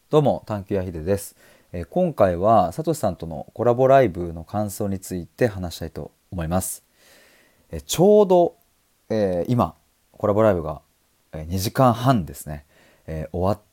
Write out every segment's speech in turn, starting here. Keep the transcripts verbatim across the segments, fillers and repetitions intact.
どうも、探求やひでです。えー今回は、さとしさんとのコラボライブの感想について話したいと思います。えーちょうど、えー今、コラボライブが、えーにじかんはんですね、えー終わって、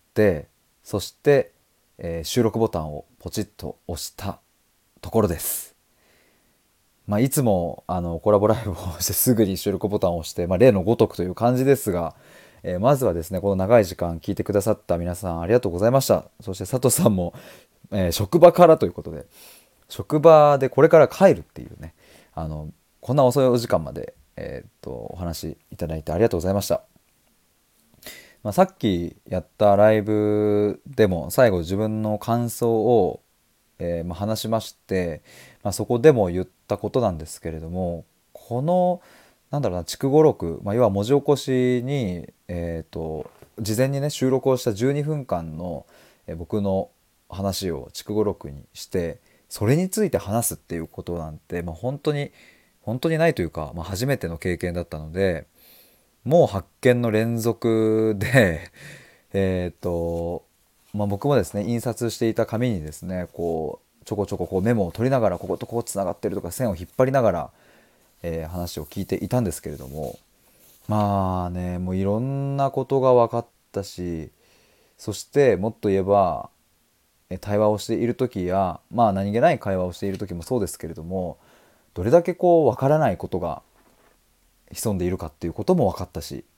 そして、えー収録ボタンをポチッと押したところです。まあ、いつもあのコラボライブをしてすぐに収録ボタンを押して、まあ、例のごとくという感じですが、えーまずはですね、この長い時間聞いてくださった皆さんありがとうございました。そして佐藤さんも、えー職場からということで、職場でこれから帰るっていうね、あのこんな遅いお時間まで、えーっとお話いただいてありがとうございました。まあ、さっきやったライブでも最後自分の感想を、えーまあ、話しまして、まあ、そこでも言ったことなんですけれども、このなんだろうな、筑語録、まあ、要は文字起こしに、えーと事前にね収録をしたじゅうにふんかんの、えー僕の話を筑語録にして、それについて話すっていうことなんて、まあ、本当に本当にないというか、まあ、初めての経験だったので、もう発見の連続でえっと、まあ、僕もですね、印刷していた紙にですね、こうちょこちょここうメモを取りながら、こことここつながってるとか線を引っ張りながら、えー話を聞いていたんですけれども、まあね、もういろんなことが分かったし、そしてもっと言えば、え対話をしている時や、まあ何気ない会話をしている時もそうですけれども、どれだけこう分からないことが潜んでいるかっていうことも分かったし、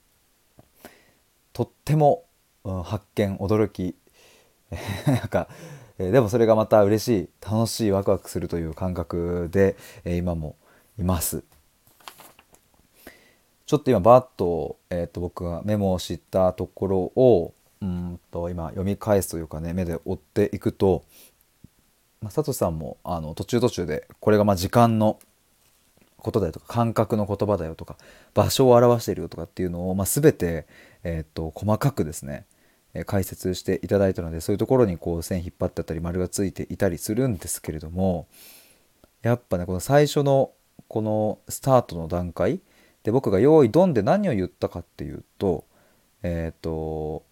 とっても、うん、発見驚きなんか、えーでもそれがまた嬉しい、楽しい、ワクワクするという感覚で、えー今もいます。ちょっと今バーッと,、えー、と僕がメモをしたところをうーんと今読み返すというかね、目で追っていくと、まあ、佐藤さんもあの途中途中でこれがまあ時間のことだよとか、感覚の言葉だよとか、場所を表しているよとかっていうのを、まあ、全て、えー、と細かくですね、えー解説していただいたので、そういうところにこう線引っ張ってあったり丸がついていたりするんですけれども、やっぱね、この最初のこのスタートの段階で僕が用意ドンで何を言ったかっていうと、えっ、と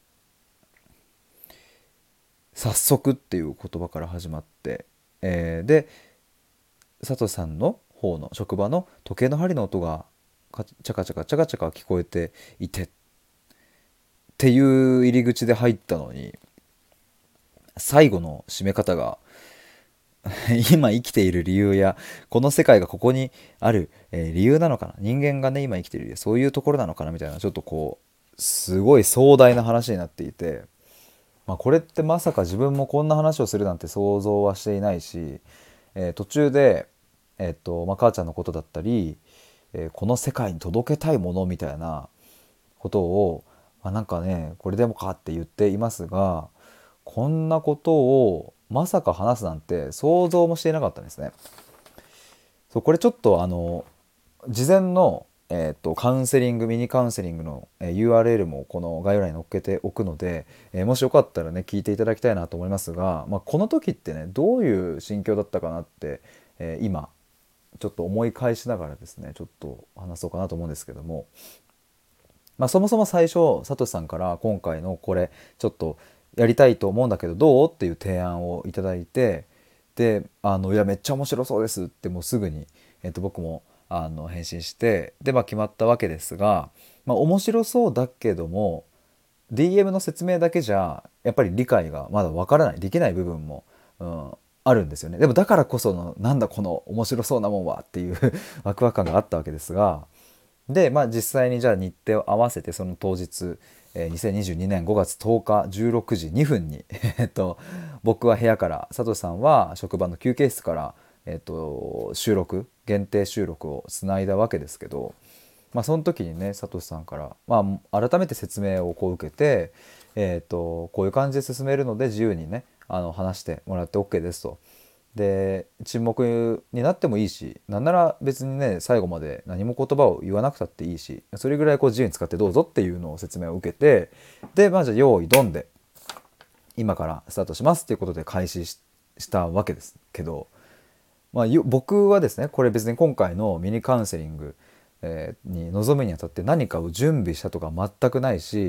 早速っていう言葉から始まって、えーで佐藤さんの方の職場の時計の針の音がカチャカチャカチャカチャカ聞こえていてっていう入り口で入ったのに、最後の締め方が今生きている理由や、この世界がここにある、えー理由なのかな、人間がね今生きている理由、そういうところなのかなみたいな、ちょっとこうすごい壮大な話になっていて、まあ、これってまさか自分もこんな話をするなんて想像はしていないし、えー途中で、えーっとまあ、母ちゃんのことだったり、えーこの世界に届けたいものみたいなことを、まあ、なんかねこれでもかって言っていますが、こんなことをまさか話すなんて想像もしていなかったんですね。そう、これちょっとあの事前の、えー、とカウンセリングミニカウンセリングの、えー ユーアールエル もこの概要欄に載っけておくので、えーもしよかったらね聞いていただきたいなと思いますが、まあ、この時ってねどういう心境だったかなって、えー今ちょっと思い返しながらですねちょっと話そうかなと思うんですけども、まあ、そもそも最初サトシさんから今回のこれちょっとやりたいと思うんだけどどうっていう提案をいただいて、であのいやめっちゃ面白そうですってもうすぐに、えっと、僕もあの返信して、で、まあ、決まったわけですが、まあ、面白そうだけども ディーエム の説明だけじゃやっぱり理解がまだわからないできない部分も、うん、あるんですよね。でもだからこそのなんだこの面白そうなもんはっていうワクワク感があったわけですが、で、まあ、実際にじゃあ日程を合わせてその当日、えーにせんにじゅうにねんごがつとおかじゅうろくじにふんにえっと僕は部屋から、佐藤さんは職場の休憩室から、えっと収録限定収録をつないだわけですけど、まあ、その時にね佐藤さんから、まあ、改めて説明をこう受けて、えっとこういう感じで進めるので自由にねあの話してもらって OK ですと。で沈黙になってもいいし、なんなら別にね最後まで何も言葉を言わなくたっていいし、それぐらいこう自由に使ってどうぞっていうのを説明を受けて、でまあじゃあ用意ドンで今からスタートしますっていうことで開始ししたわけですけど、まあ、よ僕はですねこれ別に今回のミニカウンセリング、えーに臨むにあたって何かを準備したとか全くないし、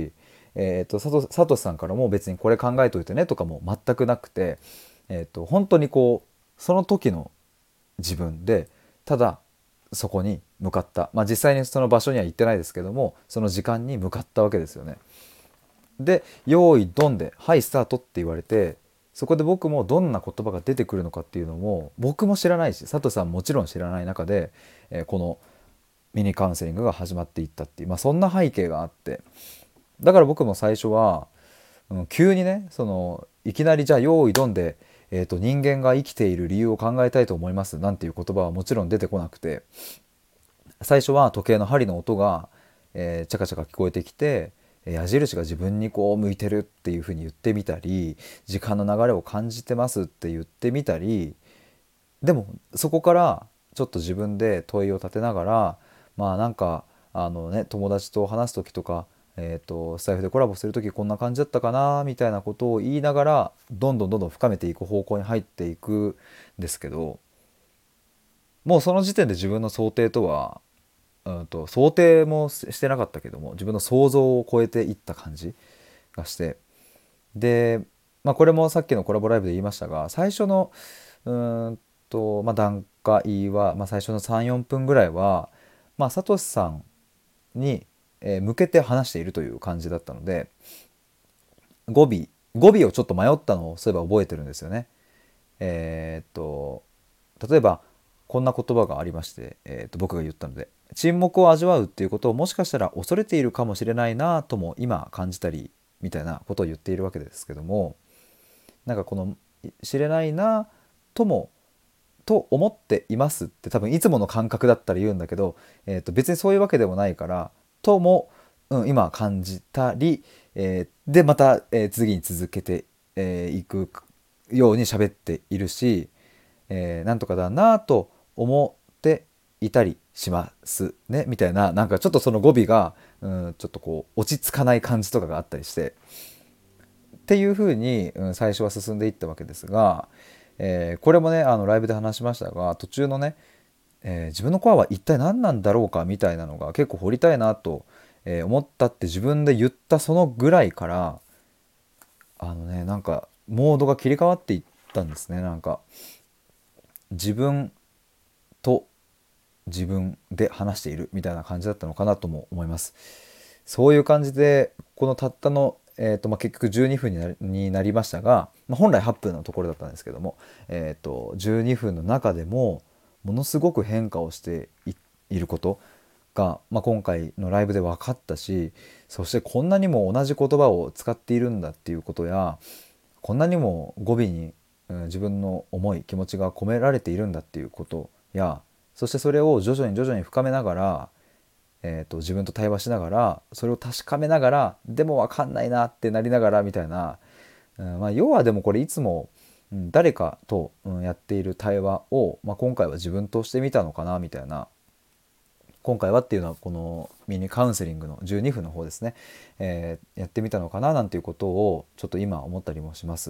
えー、と佐藤佐藤さんからも別にこれ考えといてねとかも全くなくて、えー、と本当にこうその時の自分でただそこに向かった、まあ、実際にその場所には行ってないですけども、その時間に向かったわけですよね。で用意ドンではいスタートって言われて、そこで僕もどんな言葉が出てくるのかっていうのも僕も知らないし、佐藤さんもちろん知らない中で、えーこのミニカウンセリングが始まっていったっていう、まあ、そんな背景があって、だから僕も最初は、うん、急にね、そのいきなりじゃあ用意ドンで、えーと人間が生きている理由を考えたいと思いますなんていう言葉はもちろん出てこなくて、最初は時計の針の音が、えーチャカチャカ聞こえてきて、えー矢印が自分にこう向いてるっていう風に言ってみたり、時間の流れを感じてますって言ってみたり、でもそこからちょっと自分で問いを立てながら、まあなんかあのね、友達と話す時とか、えーとスタイフでコラボする時こんな感じだったかなみたいなことを言いながら、どんどんどんどん深めていく方向に入っていくんですけど、もうその時点で自分の想定とは、うんと想定もしてなかったけども自分の想像を超えていった感じがして、で、まあ、これもさっきのコラボライブで言いましたが、最初のうーんと、まあ、段階は、まあ、最初のさん、よんぷんぐらいは、まあ、サトシさんにえー向けて話しているという感じだったので、語尾語尾をちょっと迷ったのをそういえば覚えてるんですよね。えーっと例えばこんな言葉がありまして、えーっと僕が言ったので、沈黙を味わうっていうことをもしかしたら恐れているかもしれないなとも今感じたりみたいなことを言っているわけですけども、なんかこの知れないなともと思っていますって多分いつもの感覚だったら言うんだけど、えーと別にそういうわけでもないからとも、うん、今感じたり、えーでまた、えー次に続けてい、えーいくように喋っているし、えーなんとかだなと思っていたりしますねみたいな、なんかちょっとその語尾が、うん、ちょっとこう落ち着かない感じとかがあったりして、っていう風に、うん、最初は進んでいったわけですが、えーこれもねあのライブで話しましたが、途中のね、えー自分のコアは一体何なんだろうかみたいなのが結構掘りたいなと、えー思ったって自分で言ったそのぐらいから、あのねなんかモードが切り替わっていったんですね。なんか自分と自分で話しているみたいな感じだったのかなとも思います。そういう感じでこのたったの、えーとまあ、結局じゅうにふんになり、になりましたが、まあ、本来はっぷんのところだったんですけども、えーとじゅうにふんの中でもものすごく変化をしてい、いることが、まあ、今回のライブで分かったし、そしてこんなにも同じ言葉を使っているんだっていうことや、こんなにも語尾に、うん、自分の思い気持ちが込められているんだっていうことや、そしてそれを徐々に徐々に深めながら、えーと、自分と対話しながらそれを確かめながら、でも分かんないなってなりながらみたいな、うんまあ、要はでもこれいつも、うん、誰かと、うん、やっている対話を、まあ、今回は自分としてみたのかなみたいな。今回はっていうのはこのミニカウンセリングのじゅうにふんの方ですね、えーやってみたのかななんていうことをちょっと今思ったりもします。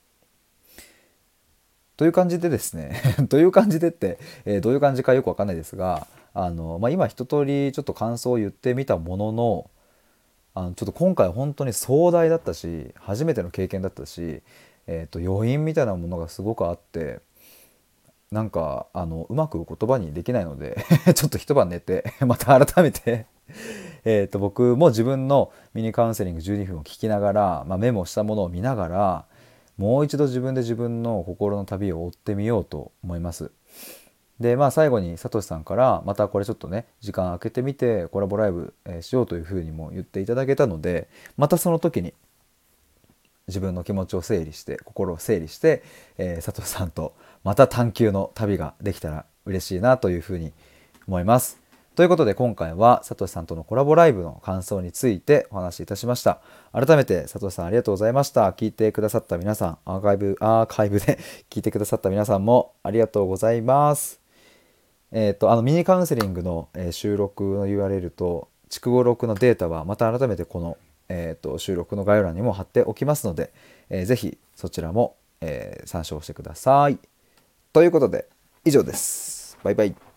という感じでですねという感じでって、えーどういう感じかよくわかんないですが、あの、まあ、今一通りちょっと感想を言ってみたものの、あのちょっと今回本当に壮大だったし初めての経験だったし、えーと余韻みたいなものがすごくあって、なんかあのうまく言葉にできないのでちょっと一晩寝てまた改めてえーと僕も自分のミニカウンセリングじゅうにふんを聞きながら、まあ、メモしたものを見ながら、もう一度自分で自分の心の旅を追ってみようと思います。でまあ最後にサトシさんからまたこれちょっとね時間空けてみてコラボライブえーしようというふうにも言っていただけたので、またその時に自分の気持ちを整理して心を整理して、えー、サトシさんとまた探求の旅ができたら嬉しいなというふうに思います。ということで今回はサトシさんとのコラボライブの感想についてお話しいたしました。改めてサトシさんありがとうございました。聞いてくださった皆さん、アーカイブアーカイブで聞いてくださった皆さんもありがとうございます。えっと、あのミニカウンセリングの、えー収録の ユーアールエル と筑後録のデータはまた改めてこの、えーと、収録の概要欄にも貼っておきますので、えーぜひそちらも、えー参照してください。ということで以上です。バイバイ。